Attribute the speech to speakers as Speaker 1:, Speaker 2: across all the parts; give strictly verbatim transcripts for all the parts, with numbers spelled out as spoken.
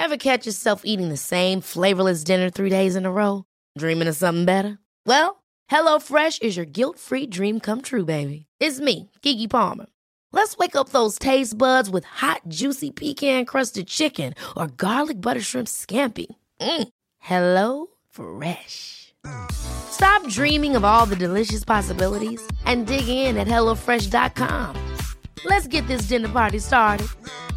Speaker 1: Ever catch yourself eating the same flavorless dinner three days in a row? Dreaming of something better? Well, HelloFresh is your guilt-free dream come true, baby. It's me, Keke Palmer. Let's wake up those taste buds with hot, juicy pecan-crusted chicken or garlic butter shrimp scampi. Mm. Hello Fresh. Stop dreaming of all the delicious possibilities and dig in at hello fresh dot com. Let's get this dinner party started.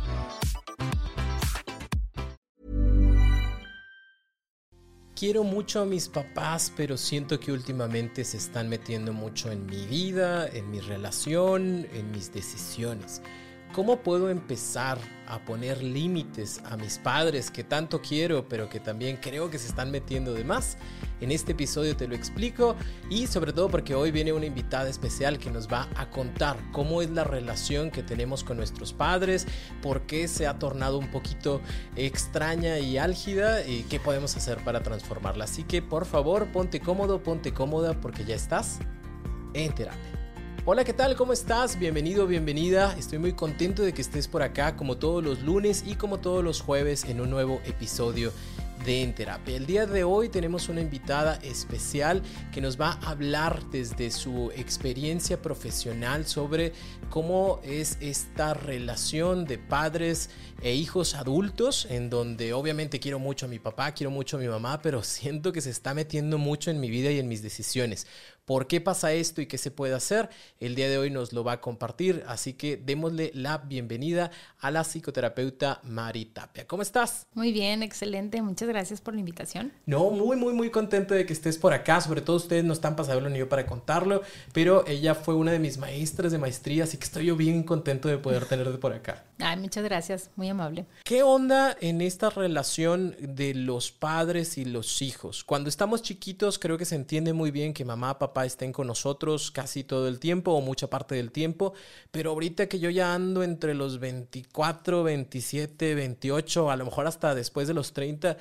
Speaker 2: Quiero mucho a mis papás, pero siento que últimamente se están metiendo mucho en mi vida, en mi relación, en mis decisiones. ¿Cómo puedo empezar a poner límites a mis padres que tanto quiero, pero que también creo que se están metiendo de más? En este episodio te lo explico y sobre todo porque hoy viene una invitada especial que nos va a contar cómo es la relación que tenemos con nuestros padres, por qué se ha tornado un poquito extraña y álgida y qué podemos hacer para transformarla. Así que por favor ponte cómodo, ponte cómoda porque ya estás en terapia. Hola, ¿qué tal? ¿Cómo estás? Bienvenido, bienvenida. Estoy muy contento de que estés por acá como todos los lunes y como todos los jueves en un nuevo episodio de En Terapia. El día de hoy tenemos una invitada especial que nos va a hablar desde su experiencia profesional sobre cómo es esta relación de padres e hijos adultos, en donde obviamente quiero mucho a mi papá, quiero mucho a mi mamá, pero siento que se está metiendo mucho en mi vida y en mis decisiones. ¿Por qué pasa esto y qué se puede hacer? El día de hoy nos lo va a compartir, así que démosle la bienvenida a la psicoterapeuta Mari Tapia. ¿Cómo estás?
Speaker 3: Muy bien, excelente. Muchas gracias por la invitación.
Speaker 2: No, muy, muy, muy contento de que estés por acá. Sobre todo ustedes no están para saberlo ni yo para contarlo, pero ella fue una de mis maestras de maestría, así que estoy yo bien contento de poder tenerte por acá.
Speaker 3: Ay, muchas gracias. Muy amable.
Speaker 2: ¿Qué onda en esta relación de los padres y los hijos? Cuando estamos chiquitos creo que se entiende muy bien que mamá, papá estén con nosotros casi todo el tiempo o mucha parte del tiempo, pero ahorita que yo ya ando entre los veinticuatro, veintisiete, veintiocho, a lo mejor hasta después de los treinta,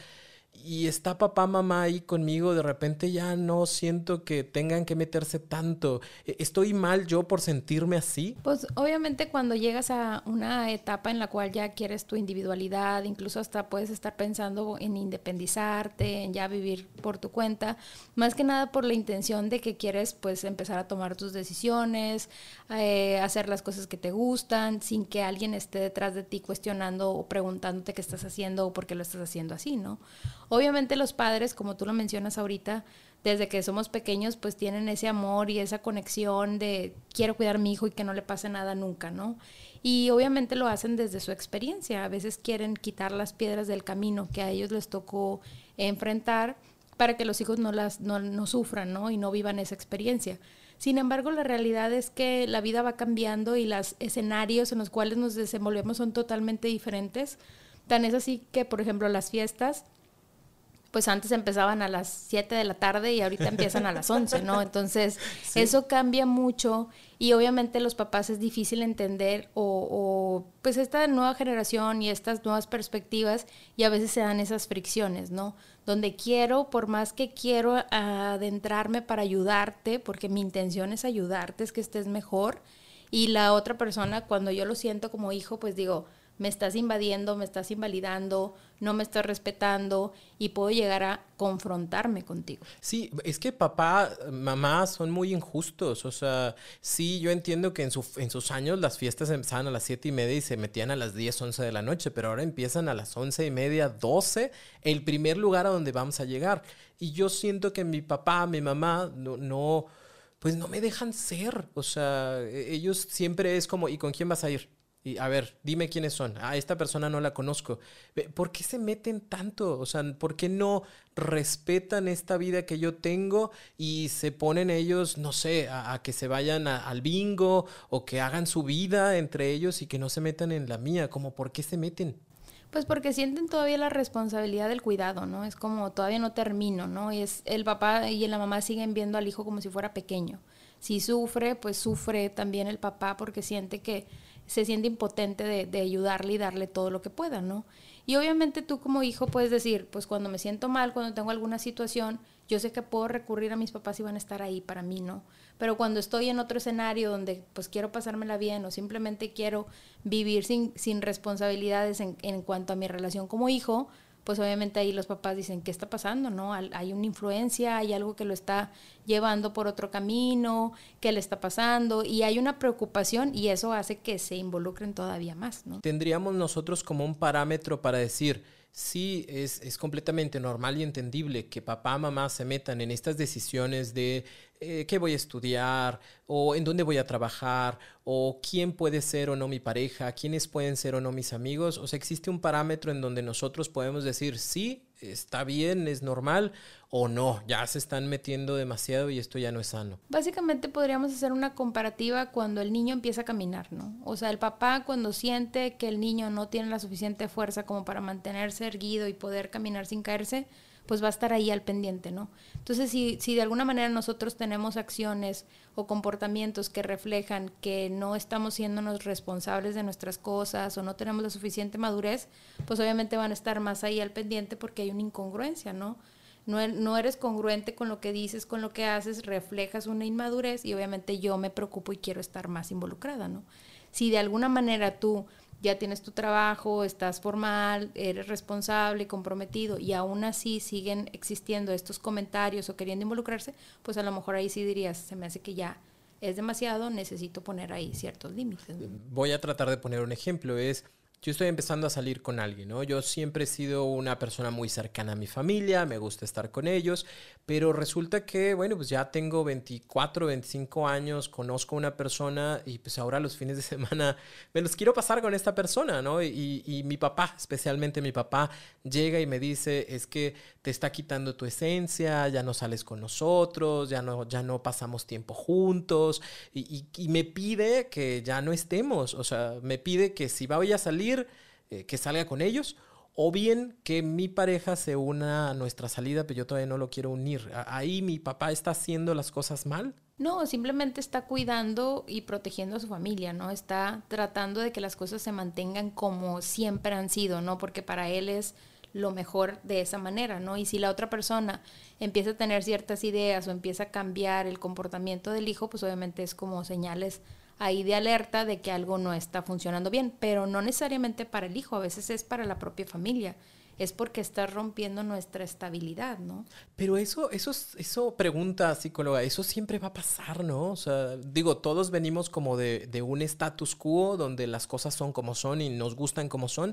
Speaker 2: y está papá, mamá ahí conmigo, de repente ya no siento que tengan que meterse tanto. ¿Estoy mal yo por sentirme así?
Speaker 3: Pues obviamente cuando llegas a una etapa en la cual ya quieres tu individualidad, incluso hasta puedes estar pensando en independizarte, en ya vivir por tu cuenta, más que nada por la intención de que quieres pues empezar a tomar tus decisiones, eh, hacer las cosas que te gustan, sin que alguien esté detrás de ti cuestionando o preguntándote qué estás haciendo o por qué lo estás haciendo así, ¿no? Obviamente los padres, como tú lo mencionas ahorita, desde que somos pequeños, pues tienen ese amor y esa conexión de quiero cuidar a mi hijo y que no le pase nada nunca, ¿no? Y obviamente lo hacen desde su experiencia. A veces quieren quitar las piedras del camino que a ellos les tocó enfrentar para que los hijos no las no, no sufran, ¿no? Y no vivan esa experiencia. Sin embargo, la realidad es que la vida va cambiando y los escenarios en los cuales nos desenvolvemos son totalmente diferentes. Tan es así que, por ejemplo, las fiestas pues antes empezaban a las siete de la tarde y ahorita empiezan a las once, ¿no? Entonces, sí. Eso cambia mucho y obviamente los papás es difícil entender o, o pues esta nueva generación y estas nuevas perspectivas y a veces se dan esas fricciones, ¿no? Donde quiero, por más que quiero adentrarme para ayudarte, porque mi intención es ayudarte, es que estés mejor, y la otra persona, cuando yo lo siento como hijo, pues digo, me estás invadiendo, me estás invalidando, no me estás respetando y puedo llegar a confrontarme contigo.
Speaker 2: Sí, es que papá, mamá son muy injustos. O sea, sí, yo entiendo que en, su, en sus años las fiestas empezaban a las siete y media y se metían a las diez, once de la noche, pero ahora empiezan a las once y media, doce, el primer lugar a donde vamos a llegar. Y yo siento que mi papá, mi mamá, no... no pues no me dejan ser. O sea, ellos siempre es como, ¿y con quién vas a ir? Y a ver, dime quiénes son. Ah, esta persona no la conozco. ¿Por qué se meten tanto? O sea, ¿por qué no respetan esta vida que yo tengo y se ponen ellos, no sé, a, a que se vayan a, al bingo o que hagan su vida entre ellos y que no se metan en la mía? ¿Cómo por qué se meten?
Speaker 3: Pues porque sienten todavía la responsabilidad del cuidado, ¿no? Es como todavía no termino, ¿no? Y es el papá y la mamá siguen viendo al hijo como si fuera pequeño. Si sufre, pues sufre también el papá porque siente que se siente impotente de, de ayudarle y darle todo lo que pueda, ¿no? Y obviamente tú como hijo puedes decir, pues cuando me siento mal, cuando tengo alguna situación, yo sé que puedo recurrir a mis papás y van a estar ahí para mí, ¿no? Pero cuando estoy en otro escenario donde pues quiero pasármela bien o simplemente quiero vivir sin, sin responsabilidades en, en cuanto a mi relación como hijo, pues obviamente ahí los papás dicen, ¿qué está pasando? ¿No? Hay una influencia, hay algo que lo está llevando por otro camino, ¿qué le está pasando? Y hay una preocupación y eso hace que se involucren todavía más, ¿no?
Speaker 2: Tendríamos nosotros como un parámetro para decir, sí, es, es completamente normal y entendible que papá, mamá se metan en estas decisiones de eh, qué voy a estudiar o en dónde voy a trabajar o quién puede ser o no mi pareja, quiénes pueden ser o no mis amigos. O sea, existe un parámetro en donde nosotros podemos decir sí, está bien, es normal, o no, ya se están metiendo demasiado y esto ya no es sano.
Speaker 3: Básicamente podríamos hacer una comparativa cuando el niño empieza a caminar, ¿no? O sea, el papá cuando siente que el niño no tiene la suficiente fuerza como para mantenerse erguido y poder caminar sin caerse, pues va a estar ahí al pendiente, ¿no? Entonces, si, si de alguna manera nosotros tenemos acciones o comportamientos que reflejan que no estamos siéndonos responsables de nuestras cosas o no tenemos la suficiente madurez, pues obviamente van a estar más ahí al pendiente porque hay una incongruencia, ¿no? No, no eres congruente con lo que dices, con lo que haces, reflejas una inmadurez y obviamente yo me preocupo y quiero estar más involucrada, ¿no? Si de alguna manera tú ya tienes tu trabajo, estás formal, eres responsable, comprometido y aún así siguen existiendo estos comentarios o queriendo involucrarse, pues a lo mejor ahí sí dirías, se me hace que ya es demasiado, necesito poner ahí ciertos límites, ¿no?
Speaker 2: Voy a tratar de poner un ejemplo, es... Yo estoy empezando a salir con alguien, ¿no? Yo siempre he sido una persona muy cercana a mi familia, me gusta estar con ellos, pero resulta que, bueno, pues ya tengo veinticuatro, veinticinco años, conozco a una persona y pues ahora los fines de semana me los quiero pasar con esta persona, ¿no? Y, y mi papá, especialmente mi papá, llega y me dice, es que te está quitando tu esencia, ya no sales con nosotros, ya no, ya no pasamos tiempo juntos y, y, y me pide que ya no estemos, o sea, me pide que si voy a salir, Eh, que salga con ellos, o bien que mi pareja se una a nuestra salida, pero yo todavía no lo quiero unir. Ahí mi papá está haciendo las cosas mal.
Speaker 3: No, simplemente está cuidando y protegiendo a su familia, ¿no? Está tratando de que las cosas se mantengan como siempre han sido, ¿no? Porque para él es lo mejor de esa manera, ¿no? Y si la otra persona empieza a tener ciertas ideas o empieza a cambiar el comportamiento del hijo, pues obviamente es como señales ahí de alerta de que algo no está funcionando bien, pero no necesariamente para el hijo, a veces es para la propia familia, es porque está rompiendo nuestra estabilidad, ¿no?
Speaker 2: Pero eso, eso, eso pregunta psicóloga, eso siempre va a pasar, ¿no? O sea, digo, todos venimos como de, de un status quo donde las cosas son como son y nos gustan como son,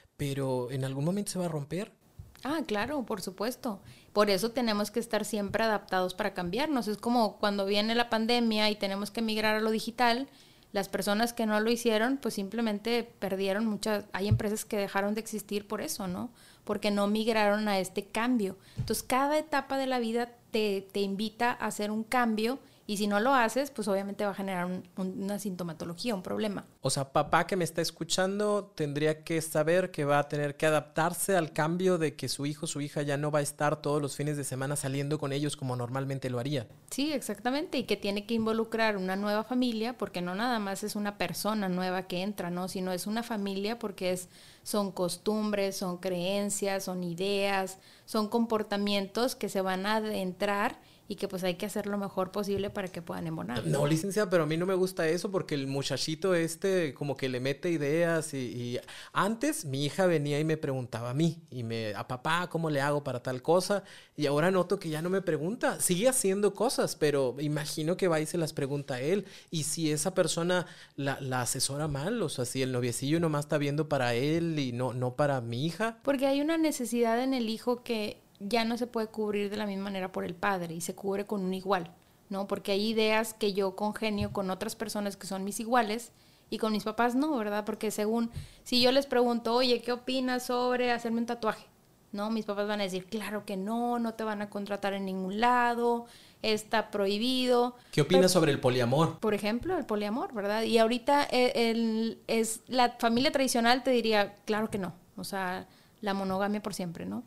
Speaker 2: pero en algún momento se va a romper.
Speaker 3: Ah, claro, por supuesto. Por eso tenemos que estar siempre adaptados para cambiarnos. Es como cuando viene la pandemia y tenemos que migrar a lo digital, las personas que no lo hicieron, pues simplemente perdieron muchas... Hay empresas que dejaron de existir por eso, ¿no? Porque no migraron a este cambio. Entonces, cada etapa de la vida te, te invita a hacer un cambio y si no lo haces, pues obviamente va a generar un, un, una sintomatología, un problema.
Speaker 2: O sea, papá que me está escuchando tendría que saber que va a tener que adaptarse al cambio de que su hijo, su hija ya no va a estar todos los fines de semana saliendo con ellos como normalmente lo haría.
Speaker 3: Sí, exactamente, y que tiene que involucrar una nueva familia, porque no nada más es una persona nueva que entra, ¿no? Sino es una familia porque es, son costumbres, son creencias, son ideas, son comportamientos que se van a adentrar y que pues hay que hacer lo mejor posible para que puedan embonar.
Speaker 2: No, licenciada, pero a mí no me gusta eso porque el muchachito este como que le mete ideas y, y antes mi hija venía y me preguntaba a mí y me, a papá, ¿cómo le hago para tal cosa? Y ahora noto que ya no me pregunta, sigue haciendo cosas, pero imagino que va y se las pregunta a él. Y si esa persona la, la asesora mal, o sea, si el noviecillo nomás está viendo para él y no, no para mi hija.
Speaker 3: Porque hay una necesidad en el hijo que ya no se puede cubrir de la misma manera por el padre y se cubre con un igual, ¿no? Porque hay ideas que yo congenio con otras personas que son mis iguales y con mis papás no, ¿verdad? Porque según, si yo les pregunto, oye, ¿qué opinas sobre hacerme un tatuaje? ¿No? Mis papás van a decir, claro que no, no te van a contratar en ningún lado, está prohibido.
Speaker 2: ¿Qué opinas
Speaker 3: Pero,
Speaker 2: sobre el poliamor?
Speaker 3: Por ejemplo, el poliamor, ¿verdad? Y ahorita el, el, es la familia tradicional te diría, claro que no, o sea, la monogamia por siempre, ¿no?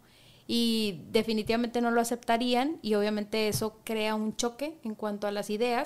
Speaker 3: Y definitivamente no lo aceptarían y obviamente eso crea un choque en cuanto a las ideas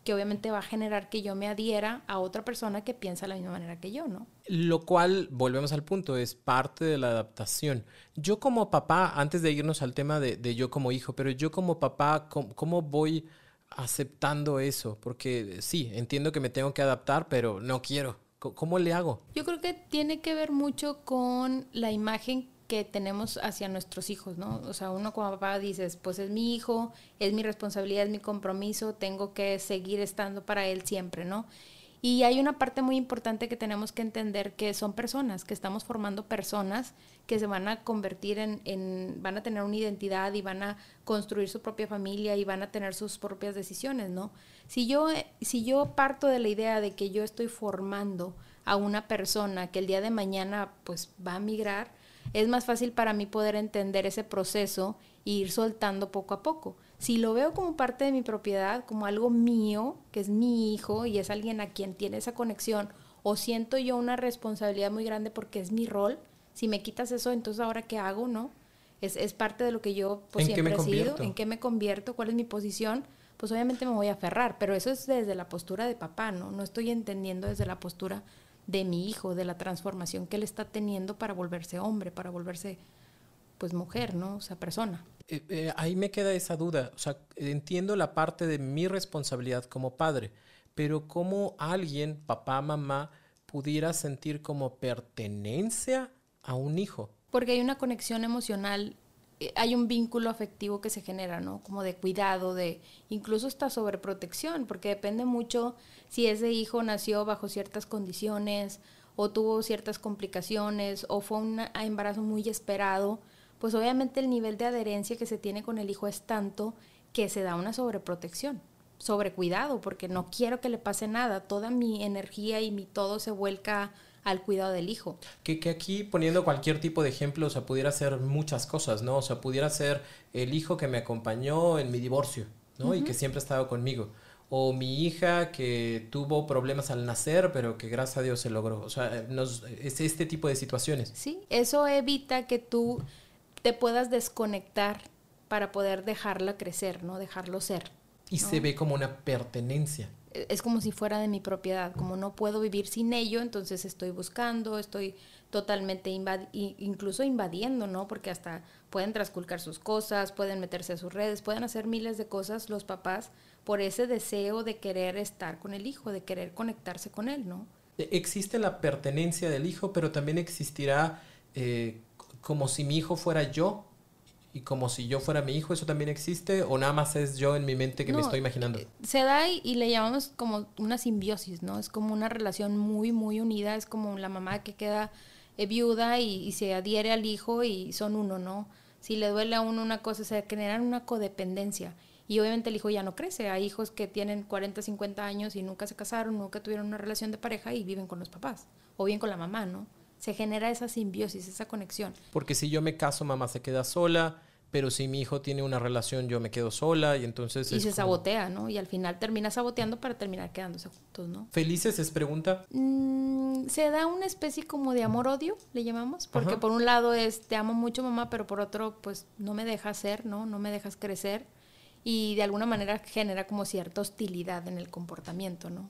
Speaker 3: que obviamente va a generar que yo me adhiera a otra persona que piensa de la misma manera que yo, ¿no?
Speaker 2: Lo cual, volvemos al punto, es parte de la adaptación. Yo como papá, antes de irnos al tema de, de yo como hijo, pero yo como papá, ¿cómo, cómo voy aceptando eso? Porque sí, entiendo que me tengo que adaptar, pero no quiero. ¿Cómo le hago?
Speaker 3: Yo creo que tiene que ver mucho con la imagen que tenemos hacia nuestros hijos, ¿no? O sea, uno como papá dices, pues es mi hijo, es mi responsabilidad, es mi compromiso, tengo que seguir estando para él siempre, ¿no? Y hay una parte muy importante que tenemos que entender, que son personas, que estamos formando personas que se van a convertir en, en, van a tener una identidad y van a construir su propia familia y van a tener sus propias decisiones, ¿no? Si yo, si yo parto de la idea de que yo estoy formando a una persona que el día de mañana pues va a migrar, es más fácil para mí poder entender ese proceso e ir soltando poco a poco. Si lo veo como parte de mi propiedad, como algo mío, que es mi hijo y es alguien a quien tiene esa conexión, o siento yo una responsabilidad muy grande porque es mi rol, si me quitas eso, entonces ¿ahora qué hago, no? Es, es parte de lo que yo pues, siempre he sido. ¿En qué me convierto? ¿Cuál es mi posición? Pues obviamente me voy a aferrar, pero eso es desde la postura de papá, ¿no? No estoy entendiendo desde la postura de mi hijo, de la transformación que él está teniendo para volverse hombre, para volverse pues mujer, ¿no? O sea, persona.
Speaker 2: Eh, eh, ahí me queda esa duda. O sea, entiendo la parte de mi responsabilidad como padre, pero ¿cómo alguien, papá, mamá, pudiera sentir como pertenencia a un hijo?
Speaker 3: Porque hay una conexión emocional, eh, hay un vínculo afectivo que se genera, ¿no? Como de cuidado, de incluso hasta sobreprotección, porque depende mucho si ese hijo nació bajo ciertas condiciones o tuvo ciertas complicaciones o fue un embarazo muy esperado, pues obviamente el nivel de adherencia que se tiene con el hijo es tanto que se da una sobreprotección, sobrecuidado, porque no quiero que le pase nada, toda mi energía y mi todo se vuelca al cuidado del hijo.
Speaker 2: Que, que aquí, poniendo cualquier tipo de ejemplo, o sea, pudiera ser muchas cosas, ¿no? O sea, pudiera ser el hijo que me acompañó en mi divorcio, ¿no? Uh-huh. Y que siempre ha estado conmigo. O mi hija que tuvo problemas al nacer, pero que gracias a Dios se logró. O sea, nos, es este tipo de situaciones.
Speaker 3: Sí, eso evita que tú te puedas desconectar para poder dejarla crecer, ¿no? Dejarlo ser.
Speaker 2: Y
Speaker 3: ¿no?
Speaker 2: Se ve como una pertenencia.
Speaker 3: Es como si fuera de mi propiedad, como no puedo vivir sin ello, entonces estoy buscando, estoy totalmente invadi- incluso invadiendo, ¿no? Porque hasta pueden trasculcar sus cosas, pueden meterse a sus redes, pueden hacer miles de cosas los papás por ese deseo de querer estar con el hijo, de querer conectarse con él, ¿no?
Speaker 2: Existe la pertenencia del hijo, pero también existirá eh, como si mi hijo fuera yo. Y como si yo fuera mi hijo, ¿eso también existe? ¿O nada más es yo en mi mente que no, me estoy imaginando?
Speaker 3: Se da y, y le llamamos como una simbiosis, ¿no? Es como una relación muy, muy unida. Es como la mamá que queda eh, viuda y, y se adhiere al hijo y son uno, ¿no? Si le duele a uno una cosa, se generan una codependencia. Y obviamente el hijo ya no crece. Hay hijos que tienen cuarenta, cincuenta años y nunca se casaron, nunca tuvieron una relación de pareja y viven con los papás. O bien con la mamá, ¿no? Se genera esa simbiosis, esa conexión.
Speaker 2: Porque si yo me caso, mamá se queda sola, pero si mi hijo tiene una relación, yo me quedo sola y entonces...
Speaker 3: Y
Speaker 2: es
Speaker 3: se
Speaker 2: como...
Speaker 3: sabotea, ¿no? Y al final termina saboteando para terminar quedándose juntos, ¿no?
Speaker 2: ¿Felices es pregunta?
Speaker 3: Mm, se da una especie como de amor-odio, le llamamos, porque Ajá. por un lado es, te amo mucho, mamá, pero por otro, pues, no me dejas ser, ¿no? No me dejas crecer. Y de alguna manera genera como cierta hostilidad en el comportamiento, ¿no?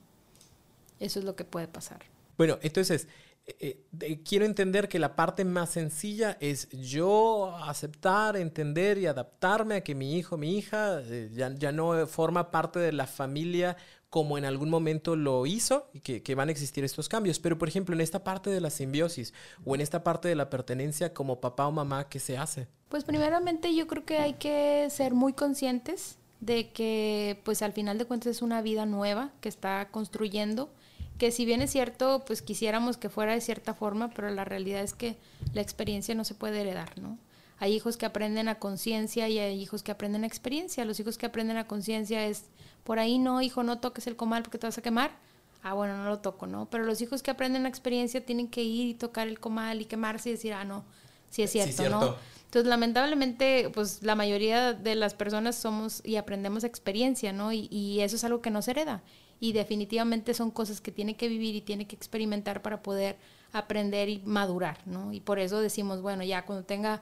Speaker 3: Eso es lo que puede pasar.
Speaker 2: Bueno, entonces... Eh, eh, quiero entender que la parte más sencilla es yo aceptar, entender y adaptarme a que mi hijo, mi hija eh, ya, ya no forma parte de la familia como en algún momento lo hizo y que, que van a existir estos cambios. Pero, por ejemplo, en esta parte de la simbiosis o en esta parte de la pertenencia como papá o mamá, ¿qué se hace?
Speaker 3: Pues primeramente yo creo que hay que ser muy conscientes de que pues al final de cuentas es una vida nueva que está construyendo, que si bien es cierto, pues quisiéramos que fuera de cierta forma, pero la realidad es que la experiencia no se puede heredar, ¿no? Hay hijos que aprenden a conciencia y hay hijos que aprenden a experiencia. Los hijos que aprenden a conciencia es, por ahí no, hijo, no toques el comal porque te vas a quemar. Ah, bueno, no lo toco, ¿no? Pero los hijos que aprenden a experiencia tienen que ir y tocar el comal y quemarse y decir, ah, no, sí es cierto, sí, cierto. ¿no? Entonces, lamentablemente, pues la mayoría de las personas somos y aprendemos experiencia, ¿no? Y, y eso es algo que no se hereda. Y definitivamente son cosas que tiene que vivir y tiene que experimentar para poder aprender y madurar, ¿no? Y por eso decimos, bueno, ya cuando tenga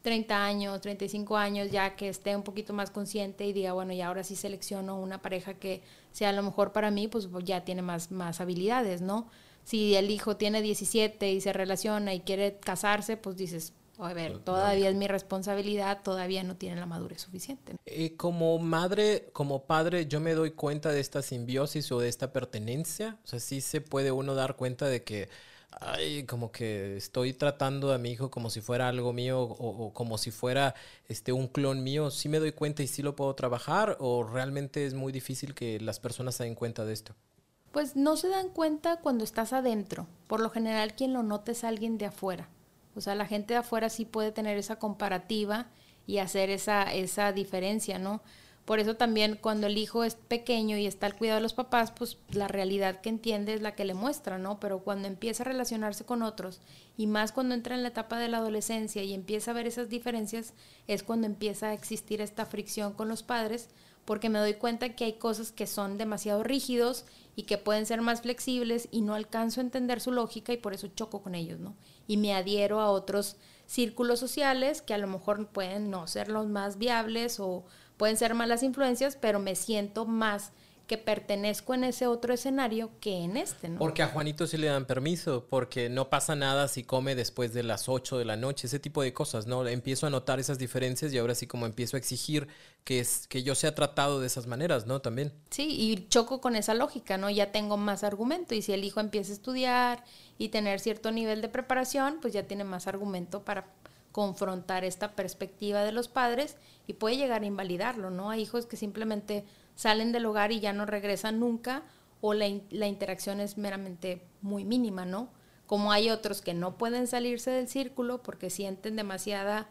Speaker 3: treinta años, treinta y cinco años, ya que esté un poquito más consciente y diga, bueno, y ahora sí selecciono una pareja que sea lo mejor para mí, pues ya tiene más, más habilidades, ¿no? Si el hijo tiene diecisiete y se relaciona y quiere casarse, pues dices, a ver, todavía es mi responsabilidad, todavía no tiene la madurez suficiente.
Speaker 2: Eh, como madre, como padre, yo me doy cuenta de esta simbiosis o de esta pertenencia. O sea, sí se puede uno dar cuenta de que, ay, como que estoy tratando a mi hijo como si fuera algo mío o, o como si fuera este, un clon mío. ¿Sí me doy cuenta y sí lo puedo trabajar o realmente es muy difícil que las personas se den cuenta de esto?
Speaker 3: Pues no se dan cuenta cuando estás adentro. Por lo general, quien lo nota es alguien de afuera. O sea, la gente de afuera sí puede tener esa comparativa y hacer esa, esa diferencia, ¿no? Por eso también cuando el hijo es pequeño y está al cuidado de los papás, pues la realidad que entiende es la que le muestra, ¿no? Pero cuando empieza a relacionarse con otros y más cuando entra en la etapa de la adolescencia y empieza a ver esas diferencias, es cuando empieza a existir esta fricción con los padres, porque me doy cuenta que hay cosas que son demasiado rígidos y que pueden ser más flexibles y no alcanzo a entender su lógica y por eso choco con ellos, ¿no? Y me adhiero a otros círculos sociales que a lo mejor pueden no ser los más viables o pueden ser malas influencias, pero me siento más que pertenezco en ese otro escenario que en este, ¿no?
Speaker 2: Porque a Juanito sí le dan permiso, porque no pasa nada si come después de las ocho de la noche, ese tipo de cosas, ¿no? Empiezo a notar esas diferencias y ahora sí como empiezo a exigir que, es, que yo sea tratado de esas maneras, ¿no? También.
Speaker 3: Sí, y choco con esa lógica, ¿no? Ya tengo más argumento y si el hijo empieza a estudiar y tener cierto nivel de preparación, pues ya tiene más argumento para confrontar esta perspectiva de los padres y puede llegar a invalidarlo, ¿no? Hay hijos que simplemente salen del hogar y ya no regresan nunca o la, la interacción es meramente muy mínima, ¿no? Como hay otros que no pueden salirse del círculo porque sienten demasiada,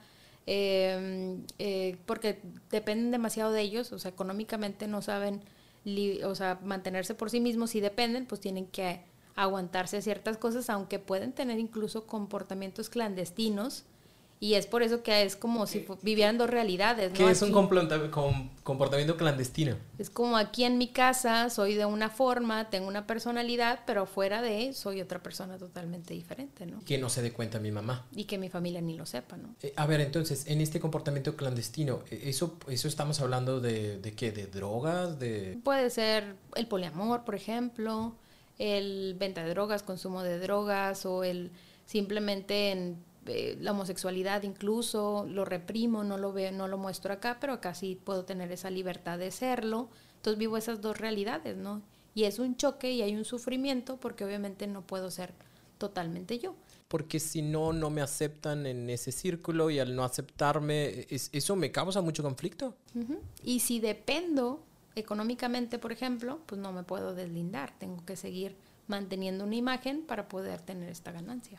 Speaker 3: eh, eh, porque dependen demasiado de ellos, o sea, económicamente no saben, li, o sea, mantenerse por sí mismos, si dependen, pues tienen que aguantarse ciertas cosas, aunque pueden tener incluso comportamientos clandestinos. Y es por eso que es como si vivieran dos realidades, ¿no?
Speaker 2: ¿Qué es
Speaker 3: aquí,
Speaker 2: un comportamiento clandestino?
Speaker 3: Es como aquí en mi casa soy de una forma, tengo una personalidad, pero fuera de soy otra persona totalmente diferente, ¿no?
Speaker 2: Que no se dé cuenta mi mamá.
Speaker 3: Y que mi familia ni lo sepa, ¿no?
Speaker 2: Eh, a ver, entonces, en este comportamiento clandestino, ¿eso, eso estamos hablando de, de qué? ¿De drogas? De...
Speaker 3: Puede ser el poliamor, por ejemplo, el venta de drogas, consumo de drogas o el simplemente en... la homosexualidad incluso, lo reprimo, no lo veo, no lo muestro acá, pero acá sí puedo tener esa libertad de serlo. Entonces vivo esas dos realidades, ¿no? Y es un choque y hay un sufrimiento porque obviamente no puedo ser totalmente yo.
Speaker 2: Porque si no, no me aceptan en ese círculo y al no aceptarme, es, eso me causa mucho conflicto.
Speaker 3: Uh-huh. Y si dependo económicamente, por ejemplo, pues no me puedo deslindar, tengo que seguir manteniendo una imagen para poder tener esta ganancia.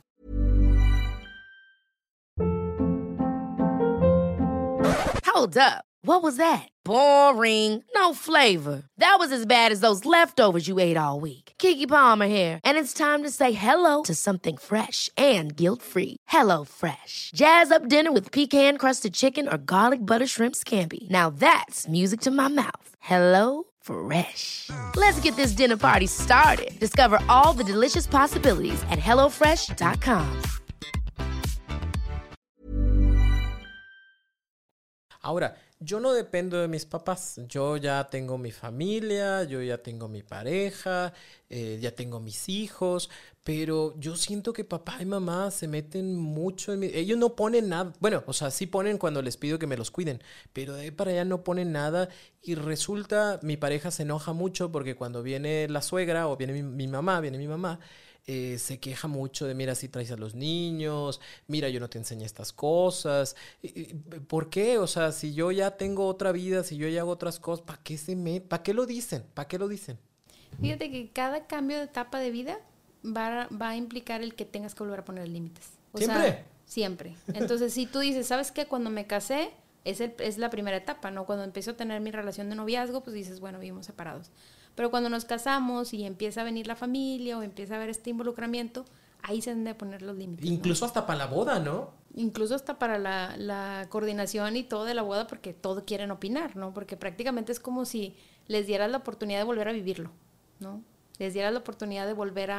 Speaker 1: Hold up. What was that? Boring. No flavor. That was as bad as those leftovers you ate all week. Keke Palmer here, and it's time to say hello to something fresh and guilt-free. Hello Fresh. Jazz up dinner with pecan-crusted chicken or garlic butter shrimp scampi. Now that's music to my mouth. Hello Fresh. Let's get this dinner party started. Discover all the delicious possibilities at hello fresh dot com.
Speaker 2: Ahora, yo no dependo de mis papás. Yo ya tengo mi familia, yo ya tengo mi pareja, eh, ya tengo mis hijos, pero yo siento que papá y mamá se meten mucho en mi... Ellos no ponen nada. Bueno, o sea, sí ponen cuando les pido que me los cuiden, pero de ahí para allá no ponen nada y resulta, mi pareja se enoja mucho porque cuando viene la suegra o viene mi, mi mamá, viene mi mamá, Eh, se queja mucho de, mira, si traes a los niños, mira, yo no te enseñé estas cosas. ¿Por qué? O sea, si yo ya tengo otra vida, si yo ya hago otras cosas, ¿para qué se me, para qué lo dicen? ¿Para qué lo dicen?
Speaker 3: Fíjate que cada cambio de etapa de vida va, va a implicar el que tengas que volver a poner límites. O
Speaker 2: ¿Siempre?
Speaker 3: Sea, siempre. Entonces, si tú dices, ¿sabes qué? Cuando me casé, es, el, es la primera etapa, ¿no? Cuando empiezo a tener mi relación de noviazgo, pues dices, bueno, vivimos separados. Pero cuando nos casamos y empieza a venir la familia o empieza a haber este involucramiento, ahí se deben de poner los límites.
Speaker 2: Incluso, ¿no? Hasta para la boda, ¿no?
Speaker 3: Incluso hasta para la, la coordinación y todo de la boda, porque todo quieren opinar, ¿no? Porque prácticamente es como si les dieras la oportunidad de volver a vivirlo, ¿no? Les dieras la oportunidad de volver a,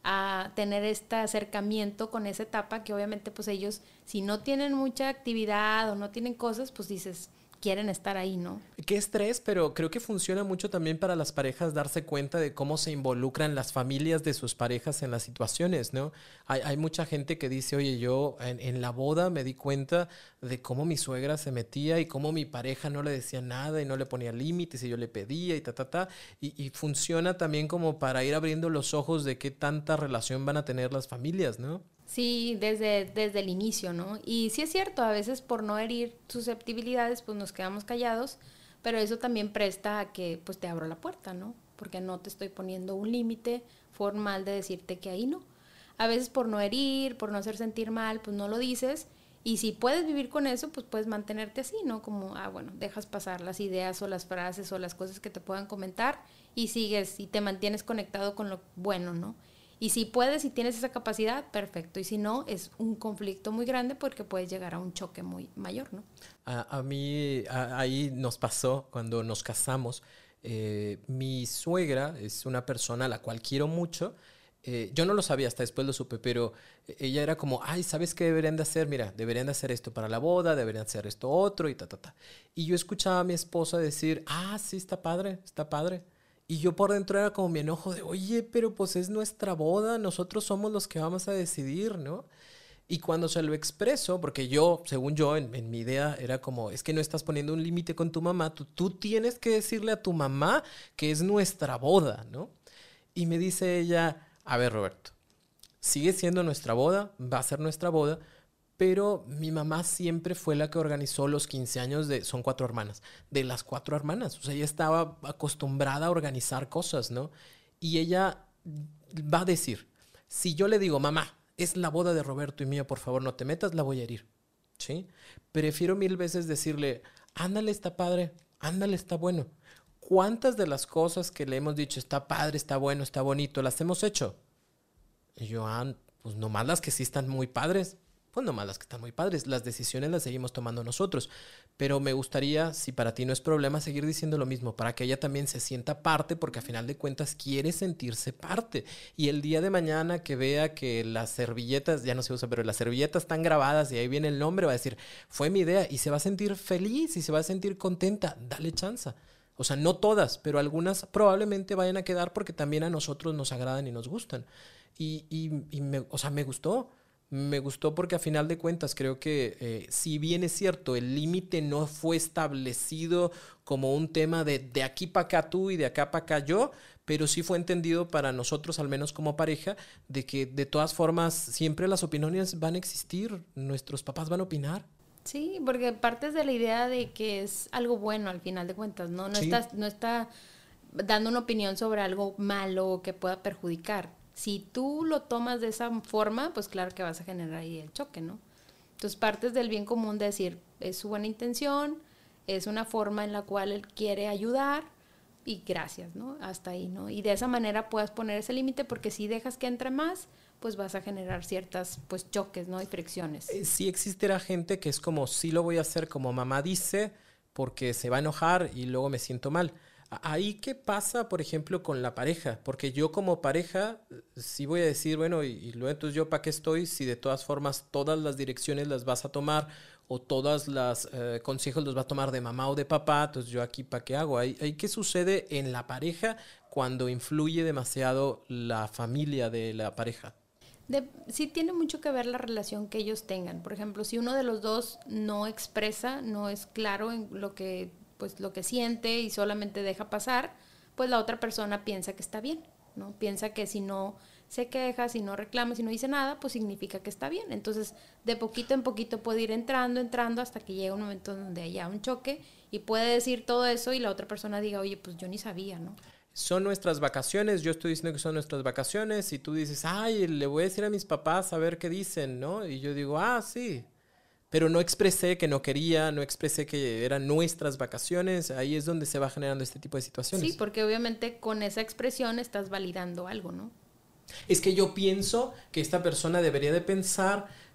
Speaker 3: a tener este acercamiento con esa etapa que obviamente pues ellos, si no tienen mucha actividad o no tienen cosas, pues dices, quieren estar ahí, ¿no?
Speaker 2: Qué estrés, pero creo que funciona mucho también para las parejas darse cuenta de cómo se involucran las familias de sus parejas en las situaciones, ¿no? Hay, hay mucha gente que dice, oye, yo en, en la boda me di cuenta de cómo mi suegra se metía y cómo mi pareja no le decía nada y no le ponía límites y yo le pedía y ta, ta, ta. Y, y funciona también como para ir abriendo los ojos de qué tanta relación van a tener las familias, ¿no?
Speaker 3: Sí, desde, desde el inicio, ¿no? Y sí es cierto, a veces por no herir susceptibilidades, pues nos quedamos callados, pero eso también presta a que pues te abro la puerta, ¿no? Porque no te estoy poniendo un límite formal de decirte que ahí no. A veces por no herir, por no hacer sentir mal, pues no lo dices. Y si puedes vivir con eso, pues puedes mantenerte así, ¿no? Como, ah, bueno, dejas pasar las ideas o las frases o las cosas que te puedan comentar y sigues y te mantienes conectado con lo bueno, ¿no? Y si puedes y tienes esa capacidad, perfecto. Y si no, es un conflicto muy grande porque puedes llegar a un choque muy mayor, ¿no?
Speaker 2: A, a mí a, ahí nos pasó cuando nos casamos. Eh, mi suegra es una persona a la cual quiero mucho. Eh, yo no lo sabía, hasta después lo supe, pero ella era como, ay, ¿sabes qué deberían de hacer? Mira, deberían de hacer esto para la boda, deberían hacer esto otro y ta, ta, ta. Y yo escuchaba a mi esposa decir, ah, sí, está padre, está padre. Y yo por dentro era como mi enojo de, oye, pero pues es nuestra boda, nosotros somos los que vamos a decidir, ¿no? Y cuando se lo expreso, porque yo, según yo, en, en mi idea era como, es que no estás poniendo un límite con tu mamá, tú, tú tienes que decirle a tu mamá que es nuestra boda, ¿no? Y me dice ella, a ver, Roberto, sigue siendo nuestra boda, va a ser nuestra boda, pero mi mamá siempre fue la que organizó los quince años de, son cuatro hermanas, de las cuatro hermanas. O sea, ella estaba acostumbrada a organizar cosas, ¿no? Y ella va a decir, si yo le digo, mamá, es la boda de Roberto y mía, por favor, no te metas, la voy a herir, ¿sí? Prefiero mil veces decirle, ándale, está padre, ándale, está bueno. ¿Cuántas de las cosas que le hemos dicho, está padre, está bueno, está bonito, las hemos hecho? Y yo, ah, pues nomás las que sí están muy padres. Pues nomás las que están muy padres. Las decisiones las seguimos tomando nosotros. Pero me gustaría, si para ti no es problema, seguir diciendo lo mismo, para que ella también se sienta parte, porque a final de cuentas quiere sentirse parte. Y el día de mañana que vea que las servilletas, ya no se usa, pero las servilletas están grabadas y ahí viene el nombre, va a decir, fue mi idea, y se va a sentir feliz y se va a sentir contenta. Dale chance. O sea, no todas, pero algunas probablemente vayan a quedar porque también a nosotros nos agradan y nos gustan. Y, y, y me, o sea, me gustó. Me gustó porque a final de cuentas creo que eh, si bien es cierto, el límite no fue establecido como un tema de de aquí para acá tú y de acá para acá yo, pero sí fue entendido para nosotros, al menos como pareja, de que de todas formas siempre las opiniones van a existir, nuestros papás van a opinar.
Speaker 3: Sí, porque partes de la idea de que es algo bueno al final de cuentas, ¿no? No, sí. estás, no está dando una opinión sobre algo malo que pueda perjudicar. Si tú lo tomas de esa forma, pues claro que vas a generar ahí el choque, ¿no? Entonces partes del bien común de decir, es su buena intención, es una forma en la cual él quiere ayudar y gracias, ¿no? Hasta ahí, ¿no? Y de esa manera puedas poner ese límite porque si dejas que entre más, pues vas a generar ciertas, pues, choques, ¿no? Y fricciones.
Speaker 2: Eh, sí existirá gente que es como, sí lo voy a hacer como mamá dice, porque se va a enojar y luego me siento mal. Ahí, ¿qué pasa, por ejemplo, con la pareja? Porque yo como pareja sí voy a decir, bueno, y, y luego entonces yo para qué estoy si de todas formas todas las direcciones las vas a tomar o todos los eh, consejos los va a tomar de mamá o de papá, entonces yo aquí para qué hago. ¿Ahí, ahí qué sucede en la pareja cuando influye demasiado la familia de la pareja?
Speaker 3: De, sí tiene mucho que ver la relación que ellos tengan. Por ejemplo, si uno de los dos no expresa, no es claro en lo que... pues lo que siente y solamente deja pasar, pues la otra persona piensa que está bien, ¿no? Piensa que si no se queja, si no reclama, si no dice nada, pues significa que está bien. Entonces, de poquito en poquito puede ir entrando, entrando, hasta que llega un momento donde haya un choque y puede decir todo eso y la otra persona diga, oye, pues yo ni sabía, ¿no?
Speaker 2: Son nuestras vacaciones, yo estoy diciendo que son nuestras vacaciones y tú dices, ay, le voy a decir a mis papás a ver qué dicen, ¿no? Y yo digo, ah, sí. Pero no expresé que no quería, no expresé que eran nuestras vacaciones. Ahí es donde se va generando este tipo de situaciones.
Speaker 3: Sí, porque obviamente con esa expresión estás validando algo, ¿no?
Speaker 2: Es que yo pienso que esta persona debería de pensar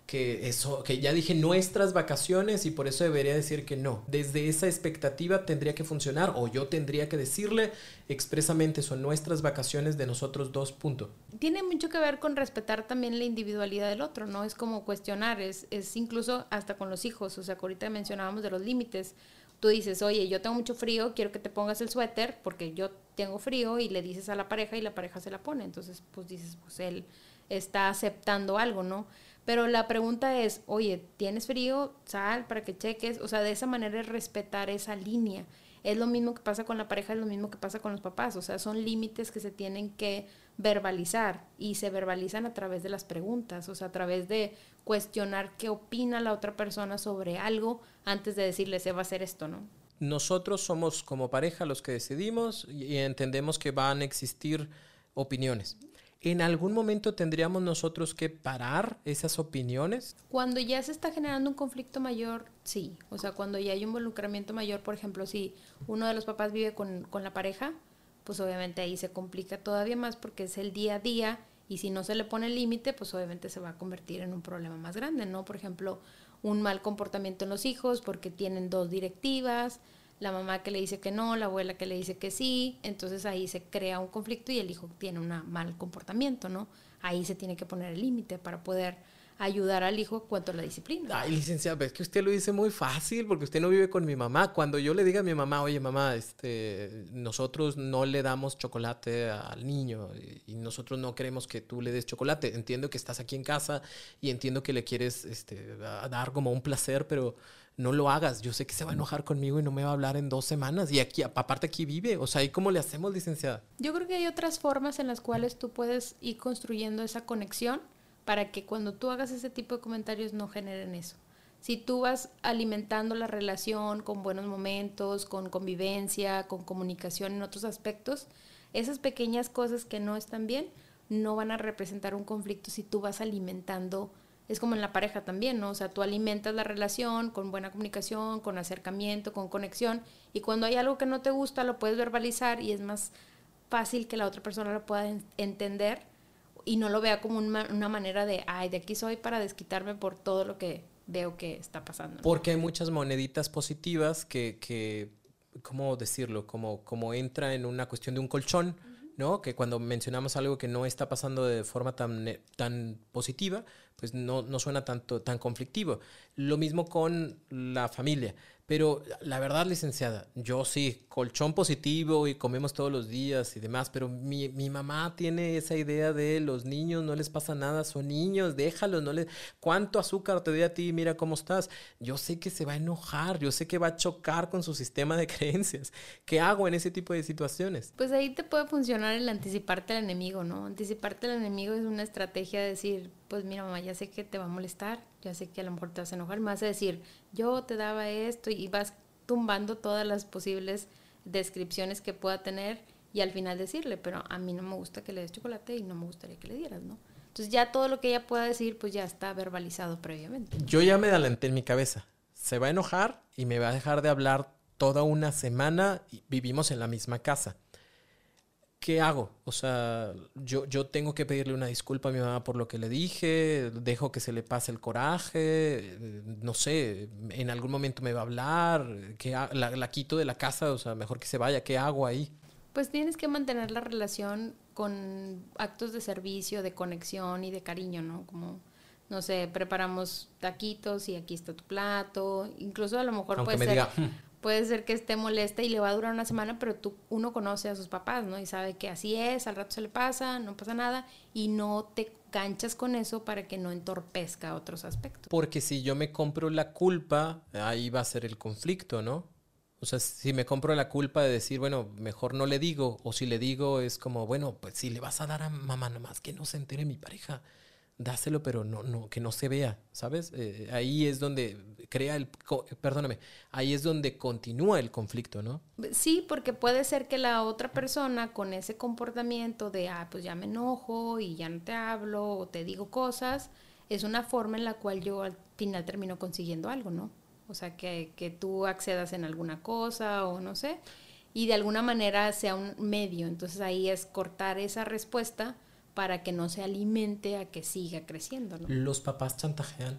Speaker 2: que eso, que ya dije nuestras vacaciones y por eso debería decir que no. Desde esa expectativa tendría que funcionar o yo tendría que decirle expresamente son nuestras vacaciones de nosotros dos, punto.
Speaker 3: Tiene mucho que ver con respetar también la individualidad del otro, ¿no? Es como cuestionar, es, es incluso hasta con los hijos, o sea, que ahorita mencionábamos de los límites. Tú dices, oye, yo tengo mucho frío, quiero que te pongas el suéter porque yo tengo frío y le dices a la pareja y la pareja se la pone. Entonces, pues dices, pues él está aceptando algo, ¿no? Pero la pregunta es, oye, ¿tienes frío? Sal para que cheques. O sea, de esa manera es respetar esa línea. Es lo mismo que pasa con la pareja, es lo mismo que pasa con los papás. O sea, son límites que se tienen que verbalizar y se verbalizan a través de las preguntas. O sea, a través de cuestionar qué opina la otra persona sobre algo antes de decirle, se va a hacer esto, ¿no?
Speaker 2: Nosotros somos como pareja los que decidimos y entendemos que van a existir opiniones. ¿En algún momento tendríamos nosotros que parar esas opiniones?
Speaker 3: Cuando ya se está generando un conflicto mayor, sí. O sea, cuando ya hay un involucramiento mayor, por ejemplo, si uno de los papás vive con, con la pareja, pues obviamente ahí se complica todavía más porque es el día a día y si no se le pone límite, pues obviamente se va a convertir en un problema más grande, ¿no? Por ejemplo, un mal comportamiento en los hijos porque tienen dos directivas, la mamá que le dice que no, la abuela que le dice que sí, entonces ahí se crea un conflicto y el hijo tiene un mal comportamiento, ¿no? Ahí se tiene que poner el límite para poder ayudar al hijo en cuanto a la disciplina.
Speaker 2: Ay, licenciada, es que usted lo dice muy fácil porque usted no vive con mi mamá. Cuando yo le diga a mi mamá, oye mamá, este, nosotros no le damos chocolate al niño y nosotros no queremos que tú le des chocolate. Entiendo que estás aquí en casa y entiendo que le quieres este, dar como un placer, pero no lo hagas. Yo sé que se va a enojar conmigo y no me va a hablar en dos semanas. Y aquí, aparte aquí vive. O sea, ¿y cómo le hacemos, licenciada?
Speaker 3: Yo creo que hay otras formas en las cuales tú puedes ir construyendo esa conexión para que cuando tú hagas ese tipo de comentarios no generen eso. Si tú vas alimentando la relación con buenos momentos, con convivencia, con comunicación en otros aspectos, esas pequeñas cosas que no están bien no van a representar un conflicto si tú vas alimentando. Es como en la pareja también, ¿no? O sea, tú alimentas la relación con buena comunicación, con acercamiento, con conexión, y cuando hay algo que no te gusta lo puedes verbalizar y es más fácil que la otra persona lo pueda en- entender y no lo vea como una, una manera de, ay, de aquí soy para desquitarme por todo lo que veo que está pasando, ¿no?
Speaker 2: Porque hay muchas moneditas positivas que, que ¿cómo decirlo? Como, como entra en una cuestión de un colchón, ¿no? Que cuando mencionamos algo que no está pasando de forma tan, tan positiva, pues no, no suena tanto, tan conflictivo. Lo mismo con la familia. Pero la verdad, licenciada, yo sí, colchón positivo y comemos todos los días y demás, pero mi, mi mamá tiene esa idea de los niños, no les pasa nada, son niños, déjalos, no les... ¿Cuánto azúcar te doy a ti? Mira cómo estás. Yo sé que se va a enojar, yo sé que va a chocar con su sistema de creencias. ¿Qué hago en ese tipo de situaciones?
Speaker 3: Pues ahí te puede funcionar el anticiparte al enemigo, ¿no? Anticiparte al enemigo es una estrategia de decir, pues mira mamá, ya sé que te va a molestar, ya sé que a lo mejor te vas a enojar, me vas a decir, yo te daba esto y vas tumbando todas las posibles descripciones que pueda tener y al final decirle, pero a mí no me gusta que le des chocolate y no me gustaría que le dieras, ¿no? Entonces ya todo lo que ella pueda decir, pues ya está verbalizado previamente.
Speaker 2: Yo ya me adelanté en mi cabeza. Se va a enojar y me va a dejar de hablar toda una semana y vivimos en la misma casa. ¿Qué hago? O sea, yo, yo tengo que pedirle una disculpa a mi mamá por lo que le dije, dejo que se le pase el coraje, no sé, en algún momento me va a hablar, ¿qué ha- la, la quito de la casa, o sea, mejor que se vaya, ¿qué hago ahí?
Speaker 3: Pues tienes que mantener la relación con actos de servicio, de conexión y de cariño, ¿no? Como, no sé, preparamos taquitos y aquí está tu plato. Incluso a lo mejor
Speaker 2: Aunque
Speaker 3: puede
Speaker 2: me
Speaker 3: ser,
Speaker 2: diga, "Hmm".
Speaker 3: puede ser que esté molesta y le va a durar una semana, pero tú, uno conoce a sus papás, ¿no? Y sabe que así es, al rato se le pasa, no pasa nada, y no te ganchas con eso para que no entorpezca otros aspectos.
Speaker 2: Porque si yo me compro la culpa, ahí va a ser el conflicto, ¿no? O sea, si me compro la culpa de decir, bueno, mejor no le digo, o si le digo es como, bueno, pues si le vas a dar a mamá nomás, que no se entere mi pareja, dáselo, pero no, no, que no se vea, ¿sabes? Eh, ahí es donde crea el, co- perdóname, ahí es donde continúa el conflicto, ¿no?
Speaker 3: Sí, porque puede ser que la otra persona con ese comportamiento de, ah, pues ya me enojo y ya no te hablo o te digo cosas, es una forma en la cual yo al final termino consiguiendo algo, ¿no? O sea, que, que tú accedas en alguna cosa o no sé, y de alguna manera sea un medio. Entonces ahí es cortar esa respuesta para que no se alimente a que siga creciendo, ¿no?
Speaker 2: Los papás chantajean.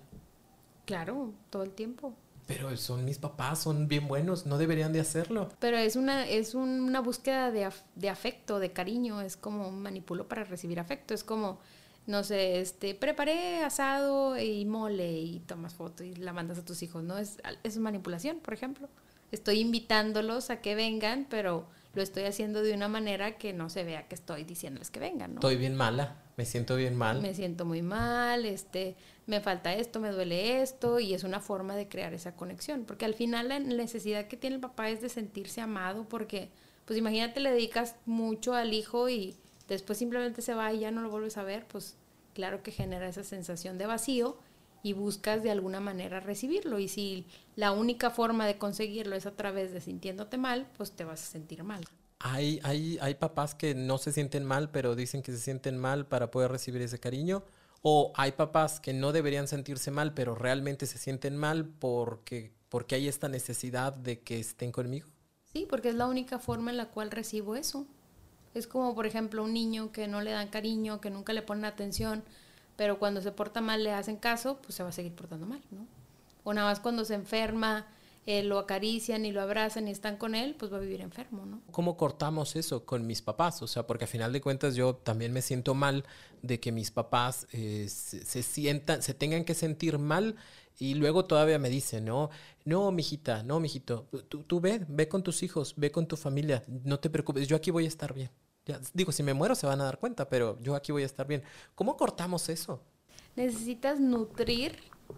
Speaker 3: Claro, todo el tiempo.
Speaker 2: Pero son mis papás, son bien buenos, no deberían de hacerlo.
Speaker 3: Pero es una, es una búsqueda de, af- de afecto, de cariño, es como manipulo para recibir afecto, es como, no sé, este, preparé asado y mole y tomas foto y la mandas a tus hijos, ¿no? Es, es manipulación, por ejemplo. Estoy invitándolos a que vengan, pero lo estoy haciendo de una manera que no se vea que estoy diciéndoles que vengan, ¿no?
Speaker 2: Estoy bien mala, me siento bien mal.
Speaker 3: Me siento muy mal, este, me falta esto, me duele esto, y es una forma de crear esa conexión, porque al final la necesidad que tiene el papá es de sentirse amado, porque, pues imagínate, le dedicas mucho al hijo y después simplemente se va y ya no lo vuelves a ver, pues claro que genera esa sensación de vacío y buscas de alguna manera recibirlo, y si la única forma de conseguirlo es a través de sintiéndote mal, pues te vas a sentir mal.
Speaker 2: Hay, hay, hay papás que no se sienten mal, pero dicen que se sienten mal para poder recibir ese cariño. O hay papás que no deberían sentirse mal, pero realmente se sienten mal porque, porque hay esta necesidad de que estén conmigo.
Speaker 3: Sí, porque es la única forma en la cual recibo eso. Es como, por ejemplo, un niño que no le dan cariño, que nunca le ponen atención, pero cuando se porta mal le hacen caso, pues se va a seguir portando mal, ¿no? O nada más cuando se enferma, eh, lo acarician y lo abrazan y están con él, pues va a vivir enfermo, ¿no?
Speaker 2: ¿Cómo cortamos eso con mis papás? O sea, porque a final de cuentas yo también me siento mal de que mis papás eh, se, se sientan, se tengan que sentir mal, y luego todavía me dicen, no, no, mijita, no, mijito, tú, tú ve, ve con tus hijos, ve con tu familia, no te preocupes, yo aquí voy a estar bien. Ya, digo, si me muero se van a dar cuenta, pero yo aquí voy a estar bien. ¿Cómo cortamos eso?
Speaker 3: Necesitas nutrir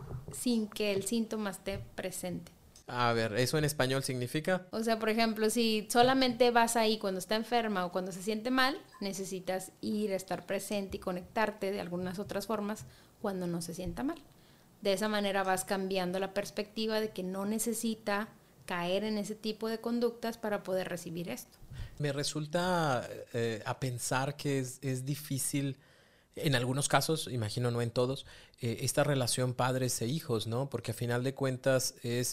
Speaker 3: sin que el síntoma esté presente.
Speaker 2: A ver, ¿eso en español significa?
Speaker 3: O sea, por ejemplo, si solamente vas ahí cuando está enferma o cuando se siente mal, necesitas ir a estar presente y conectarte de algunas otras formas cuando no se sienta mal. De esa manera vas cambiando la perspectiva de que no necesita caer en ese tipo de conductas para poder recibir esto.
Speaker 2: Me resulta eh, a pensar que es, es difícil, en algunos casos, imagino no en todos, eh, esta relación padres e hijos, ¿no? Porque a final de cuentas es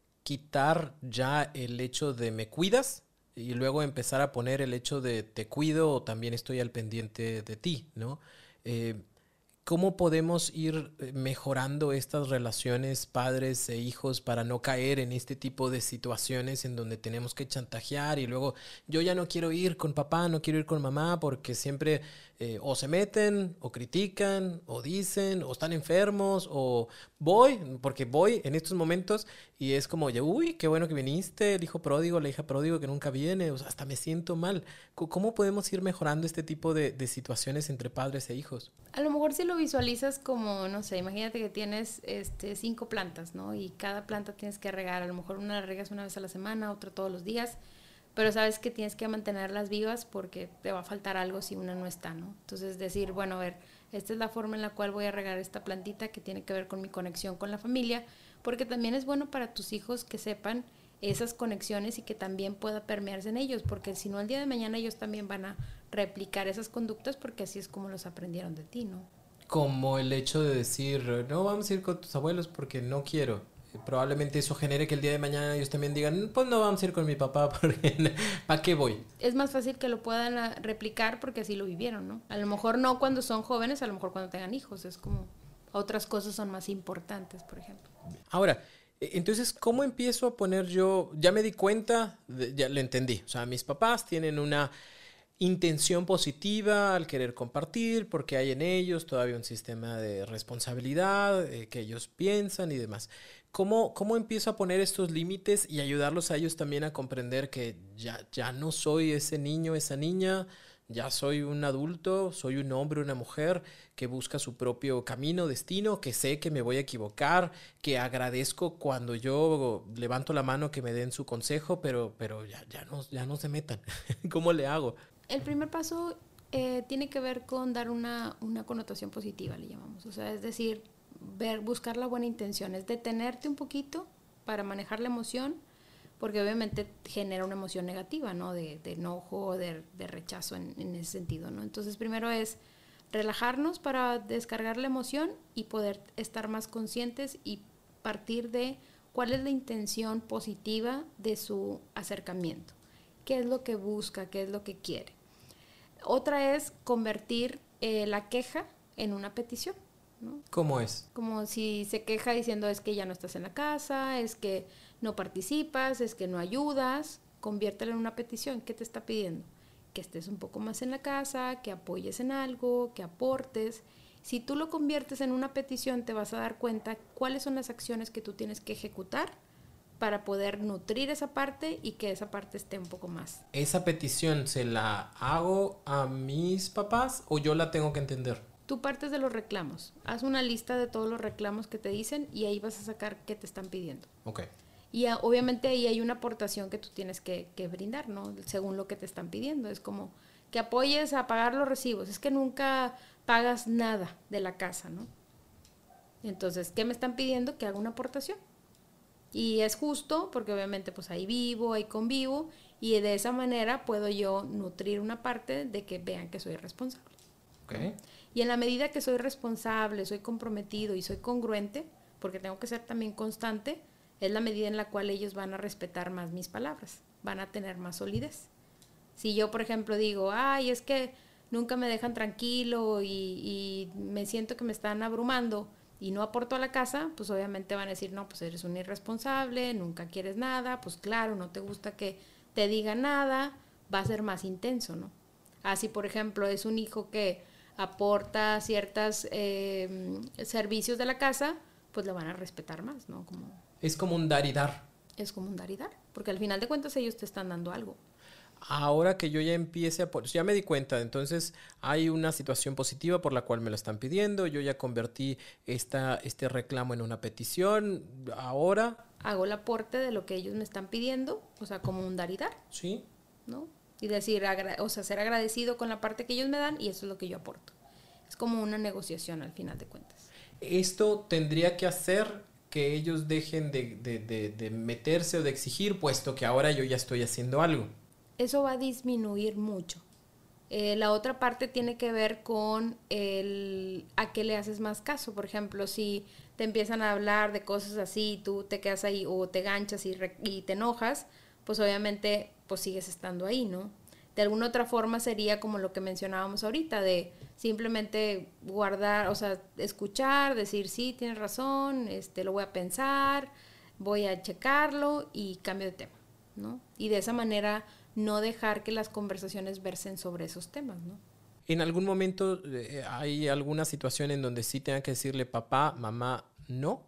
Speaker 2: quitar ya el hecho de me cuidas y luego empezar a poner el hecho de te cuido o también estoy al pendiente de ti, ¿no? Eh, ¿Cómo podemos ir mejorando estas relaciones padres e hijos para no caer en este tipo de situaciones en donde tenemos que chantajear y luego yo ya no quiero ir con papá, no quiero ir con mamá porque siempre eh, o se meten o critican o dicen o están enfermos o voy, porque voy en estos momentos y es como, uy, qué bueno que viniste, el hijo pródigo, la hija pródigo que nunca viene, o sea, hasta me siento mal. ¿Cómo podemos ir mejorando este tipo de, de situaciones entre padres e hijos?
Speaker 3: A lo mejor si lo visualizas como, no sé, imagínate que tienes este, cinco plantas, ¿no? Y cada planta tienes que regar. A lo mejor una la regas una vez a la semana, otra todos los días, pero sabes que tienes que mantenerlas vivas porque te va a faltar algo si una no está, ¿no? Entonces decir, bueno, a ver, esta es la forma en la cual voy a regar esta plantita que tiene que ver con mi conexión con la familia, porque también es bueno para tus hijos que sepan esas conexiones y que también pueda permearse en ellos, porque si no, el día de mañana ellos también van a replicar esas conductas porque así es como los aprendieron de ti, ¿no?
Speaker 2: Como el hecho de decir, no, vamos a ir con tus abuelos porque no quiero. Probablemente eso genere que el día de mañana ellos también digan, pues no vamos a ir con mi papá porque ¿para qué voy?
Speaker 3: Es más fácil que lo puedan replicar porque así lo vivieron, ¿no? A lo mejor no cuando son jóvenes, a lo mejor cuando tengan hijos, es como otras cosas son más importantes, por ejemplo.
Speaker 2: Ahora, entonces, ¿cómo empiezo a poner yo? Ya me di cuenta, de, ya lo entendí. O sea, mis papás tienen una intención positiva al querer compartir porque hay en ellos todavía un sistema de responsabilidad eh, que ellos piensan y demás. ¿Cómo, ¿Cómo empiezo a poner estos límites y ayudarlos a ellos también a comprender que ya, ya no soy ese niño, esa niña? Ya soy un adulto, soy un hombre, una mujer que busca su propio camino, destino, que sé que me voy a equivocar, que agradezco cuando yo levanto la mano que me den su consejo, pero, pero ya, ya, no, ya no se metan. ¿Cómo le hago?
Speaker 3: El primer paso eh, tiene que ver con dar una, una connotación positiva, le llamamos. O sea, es decir, ver, buscar la buena intención, es detenerte un poquito para manejar la emoción, porque obviamente genera una emoción negativa, ¿no? De, de enojo, de, de rechazo en, en ese sentido, ¿no? Entonces, primero es relajarnos para descargar la emoción y poder estar más conscientes y partir de cuál es la intención positiva de su acercamiento. ¿Qué es lo que busca? ¿Qué es lo que quiere? Otra es convertir eh, la queja en una petición, ¿no?
Speaker 2: ¿Cómo es?
Speaker 3: Como si se queja diciendo es que ya no estás en la casa, es que no participas, es que no ayudas, conviértelo en una petición. ¿Qué te está pidiendo? Que estés un poco más en la casa, que apoyes en algo, que aportes. Si tú lo conviertes en una petición, te vas a dar cuenta cuáles son las acciones que tú tienes que ejecutar para poder nutrir esa parte y que esa parte esté un poco más.
Speaker 2: ¿Esa petición se la hago a mis papás o yo la tengo que entender?
Speaker 3: Tú partes de los reclamos. Haz una lista de todos los reclamos que te dicen y ahí vas a sacar qué te están pidiendo.
Speaker 2: Ok.
Speaker 3: Y a, obviamente ahí hay una aportación que tú tienes que, que brindar, ¿no? Según lo que te están pidiendo. Es como que apoyes a pagar los recibos. Es que nunca pagas nada de la casa, ¿no? Entonces, ¿qué me están pidiendo? Que haga una aportación. Y es justo porque obviamente pues ahí vivo, ahí convivo y de esa manera puedo yo nutrir una parte de que vean que soy responsable.
Speaker 2: Okay.
Speaker 3: Y en la medida que soy responsable, soy comprometido y soy congruente, porque tengo que ser también constante, es la medida en la cual ellos van a respetar más mis palabras, van a tener más solidez. Si yo, por ejemplo, digo, ay, es que nunca me dejan tranquilo y, y me siento que me están abrumando y no aporto a la casa, pues obviamente van a decir, no, pues eres un irresponsable, nunca quieres nada, pues claro, no te gusta que te digan nada, va a ser más intenso, ¿no? Así, por ejemplo, es un hijo que aporta ciertos eh, servicios de la casa, pues lo van a respetar más, ¿no? Como,
Speaker 2: es como un dar y dar.
Speaker 3: Es como un dar y dar, porque al final de cuentas ellos te están dando algo.
Speaker 2: Ahora que yo ya empiece a... Ya me di cuenta, entonces hay una situación positiva por la cual me lo están pidiendo, yo ya convertí esta, este reclamo en una petición, ahora...
Speaker 3: Hago el aporte de lo que ellos me están pidiendo, o sea, como un dar y dar.
Speaker 2: Sí.
Speaker 3: ¿No? Y decir, agra- o sea, ser agradecido con la parte que ellos me dan y eso es lo que yo aporto. Es como una negociación al final de cuentas.
Speaker 2: Esto tendría que hacer que ellos dejen de, de, de, de meterse o de exigir, puesto que ahora yo ya estoy haciendo algo.
Speaker 3: Eso va a disminuir mucho. Eh, la otra parte tiene que ver con el a qué le haces más caso. Por ejemplo, si te empiezan a hablar de cosas así y tú te quedas ahí o te ganchas y, re- y te enojas, pues obviamente pues sigues estando ahí, ¿no? De alguna otra forma sería como lo que mencionábamos ahorita, de simplemente guardar, o sea, escuchar, decir, sí, tienes razón, este, lo voy a pensar, voy a checarlo y cambio de tema, ¿no? Y de esa manera no dejar que las conversaciones versen sobre esos temas, ¿no?
Speaker 2: ¿En algún momento eh, hay alguna situación en donde sí tenga que decirle papá, mamá, no?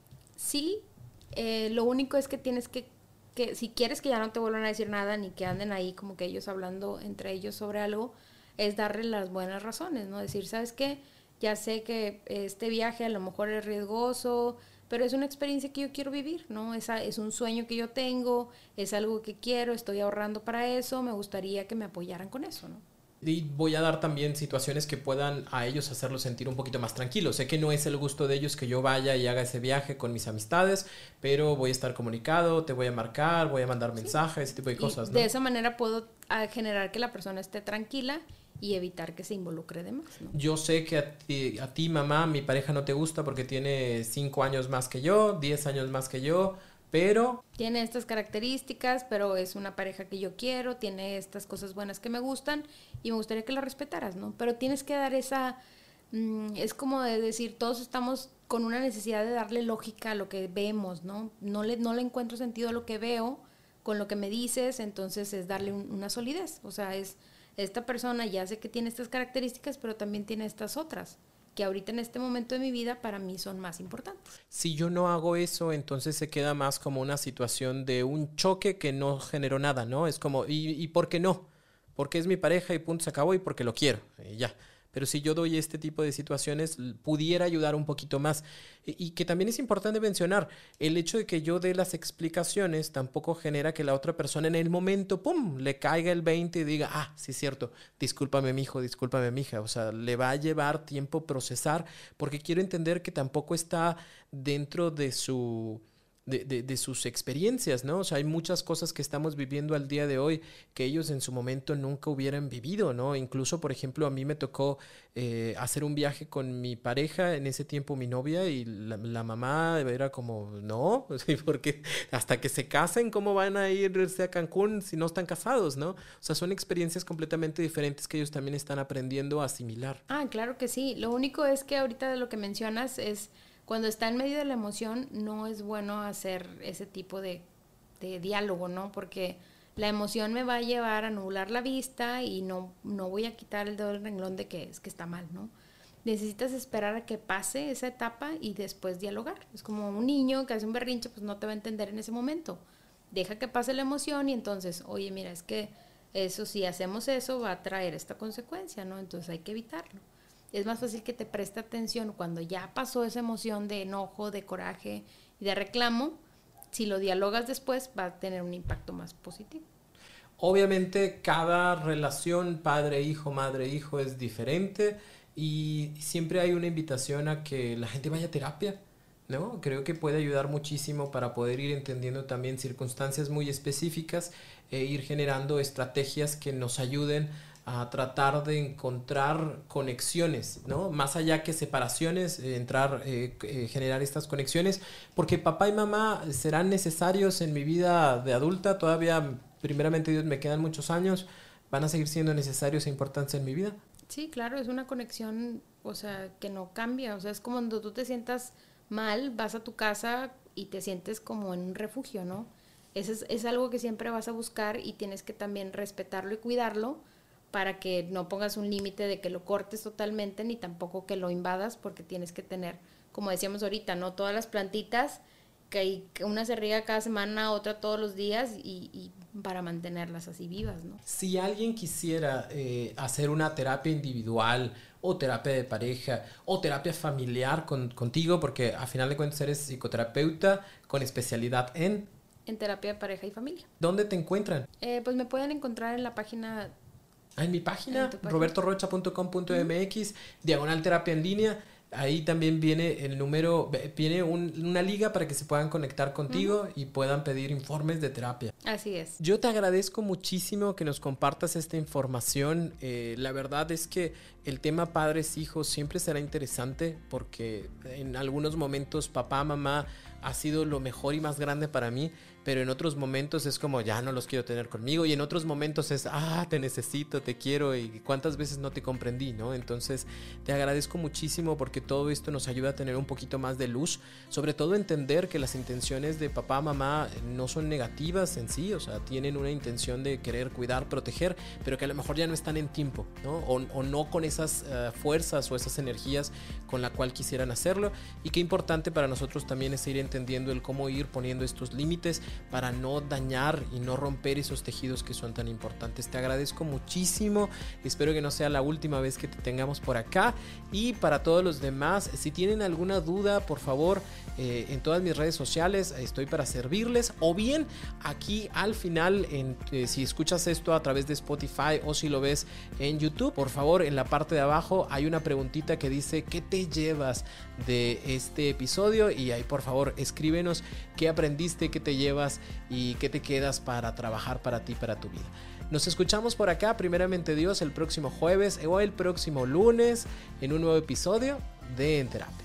Speaker 3: Sí, eh, lo único es que tienes que, que, si quieres que ya no te vuelvan a decir nada, ni que anden ahí como que ellos hablando entre ellos sobre algo, es darle las buenas razones, ¿no? Decir, ¿sabes qué? Ya sé que este viaje a lo mejor es riesgoso, pero es una experiencia que yo quiero vivir, ¿no? Esa es un sueño que yo tengo, es algo que quiero, estoy ahorrando para eso, me gustaría que me apoyaran con eso, ¿no?
Speaker 2: Y voy a dar también situaciones que puedan a ellos hacerlos sentir un poquito más tranquilos. Sé que no es el gusto de ellos que yo vaya y haga ese viaje con mis amistades, pero voy a estar comunicado, te voy a marcar, voy a mandar mensajes, sí. Ese tipo de
Speaker 3: y
Speaker 2: cosas, ¿no?
Speaker 3: De esa manera puedo generar que la persona esté tranquila y evitar que se involucre de más, ¿no?
Speaker 2: Yo sé que a ti, a ti, mamá, mi pareja no te gusta porque tiene cinco años más que yo, diez años más que yo, pero...
Speaker 3: Tiene estas características, pero es una pareja que yo quiero, tiene estas cosas buenas que me gustan y me gustaría que la respetaras, ¿no? Pero tienes que dar esa... Mmm, es como de decir, todos estamos con una necesidad de darle lógica a lo que vemos, ¿no? No le, no le encuentro sentido a lo que veo con lo que me dices, entonces es darle un, una solidez. O sea, es... Esta persona ya sé que tiene estas características, pero también tiene estas otras, que ahorita en este momento de mi vida para mí son más importantes.
Speaker 2: Si yo no hago eso, entonces se queda más como una situación de un choque que no generó nada, ¿no? Es como, ¿y, y por qué no? Porque es mi pareja y punto, se acabó y porque lo quiero, y ya. Pero si yo doy este tipo de situaciones, pudiera ayudar un poquito más. Y que también es importante mencionar, el hecho de que yo dé las explicaciones tampoco genera que la otra persona en el momento, ¡pum!, le caiga el veinte y diga, ah, sí es cierto, discúlpame mijo, discúlpame mija. O sea, le va a llevar tiempo procesar, porque quiero entender que tampoco está dentro de su... de, de, de sus experiencias, ¿no? O sea, hay muchas cosas que estamos viviendo al día de hoy que ellos en su momento nunca hubieran vivido, ¿no? Incluso, por ejemplo, a mí me tocó eh, hacer un viaje con mi pareja, en ese tiempo mi novia, y la, la mamá era como, no, porque hasta que se casen, ¿cómo van a irse a Cancún si no están casados, ¿no? O sea, son experiencias completamente diferentes que ellos también están aprendiendo a asimilar.
Speaker 3: Ah, claro que sí. Lo único es que ahorita de lo que mencionas es cuando está en medio de la emoción no es bueno hacer ese tipo de, de diálogo, ¿no? Porque la emoción me va a llevar a nublar la vista y no, no voy a quitar el dedo del renglón de que es que está mal, ¿no? Necesitas esperar a que pase esa etapa y después dialogar. Es como un niño que hace un berrinche, pues no te va a entender en ese momento. Deja que pase la emoción y entonces, oye, mira, es que eso, si hacemos eso, va a traer esta consecuencia, ¿no? Entonces hay que evitarlo. Es más fácil que te preste atención cuando ya pasó esa emoción de enojo, de coraje y de reclamo. Si lo dialogas después, va a tener un impacto más positivo.
Speaker 2: Obviamente, cada relación padre-hijo, madre-hijo es diferente y siempre hay una invitación a que la gente vaya a terapia, ¿no? Creo que puede ayudar muchísimo para poder ir entendiendo también circunstancias muy específicas e ir generando estrategias que nos ayuden a tratar de encontrar conexiones, ¿no? Más allá que separaciones, eh, entrar, eh, eh, generar estas conexiones, porque papá y mamá serán necesarios en mi vida de adulta, todavía, primeramente Dios, me quedan muchos años, van a seguir siendo necesarios e importantes en mi vida.
Speaker 3: Sí, claro, es una conexión, o sea, que no cambia, o sea, es como cuando tú te sientas mal, vas a tu casa y te sientes como en un refugio, ¿no? Eso es, es algo que siempre vas a buscar y tienes que también respetarlo y cuidarlo para que no pongas un límite de que lo cortes totalmente ni tampoco que lo invadas, porque tienes que tener, como decíamos ahorita, ¿no? Todas las plantitas, que, hay, que una se riega cada semana, otra todos los días y, y para mantenerlas así vivas, ¿no?
Speaker 2: Si alguien quisiera eh, hacer una terapia individual o terapia de pareja o terapia familiar con, contigo, porque a final de cuentas eres psicoterapeuta con especialidad en...
Speaker 3: En terapia de pareja y familia.
Speaker 2: ¿Dónde te encuentran?
Speaker 3: Eh, pues me pueden encontrar en la página...
Speaker 2: Ah, en mi página, roberto rocha punto com punto m x, uh-huh. diagonal terapia en línea. Ahí también viene el número, viene un, una liga para que se puedan conectar contigo uh-huh. y puedan pedir informes de terapia.
Speaker 3: Así es.
Speaker 2: Yo te agradezco muchísimo que nos compartas esta información. Eh, la verdad es que el tema padres-hijos siempre será interesante porque en algunos momentos papá, mamá ha sido lo mejor y más grande para mí, pero en otros momentos es como ya no los quiero tener conmigo y en otros momentos es ah, te necesito, te quiero y cuántas veces no te comprendí, ¿no? Entonces te agradezco muchísimo porque todo esto nos ayuda a tener un poquito más de luz, sobre todo entender que las intenciones de papá, mamá no son negativas en sí, o sea, tienen una intención de querer cuidar, proteger, pero que a lo mejor ya no están en tiempo, ¿no? O, o no con esas uh, fuerzas o esas energías con la cual quisieran hacerlo, y qué importante para nosotros también es ir entendiendo el cómo ir poniendo estos límites para no dañar y no romper esos tejidos que son tan importantes. Te agradezco muchísimo, espero que no sea la última vez que te tengamos por acá, y para todos los demás, si tienen alguna duda, por favor, eh, en todas mis redes sociales estoy para servirles, o bien aquí al final, en, eh, si escuchas esto a través de Spotify o si lo ves en YouTube, por favor, en la parte de abajo hay una preguntita que dice ¿qué te llevas de este episodio? Y ahí por favor escríbenos qué aprendiste, qué te llevas y qué te quedas para trabajar para ti, para tu vida. Nos escuchamos por acá, primeramente Dios, el próximo jueves o el próximo lunes en un nuevo episodio de En Terapia.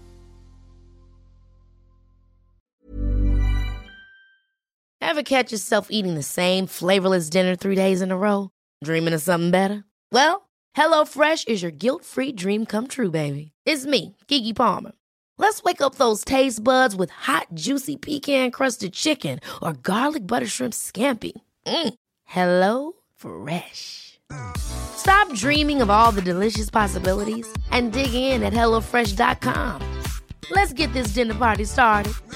Speaker 1: Ever catch yourself eating the same flavorless dinner three days in a row? Dreaming of something better? Well, HelloFresh is your guilt-free dream come true, baby. It's me, Keke Palmer. Let's wake up those taste buds with hot, juicy pecan-crusted chicken or garlic butter shrimp scampi. Mm. Hello Fresh. Stop dreaming of all the delicious possibilities and dig in at hello fresh dot com. Let's get this dinner party started.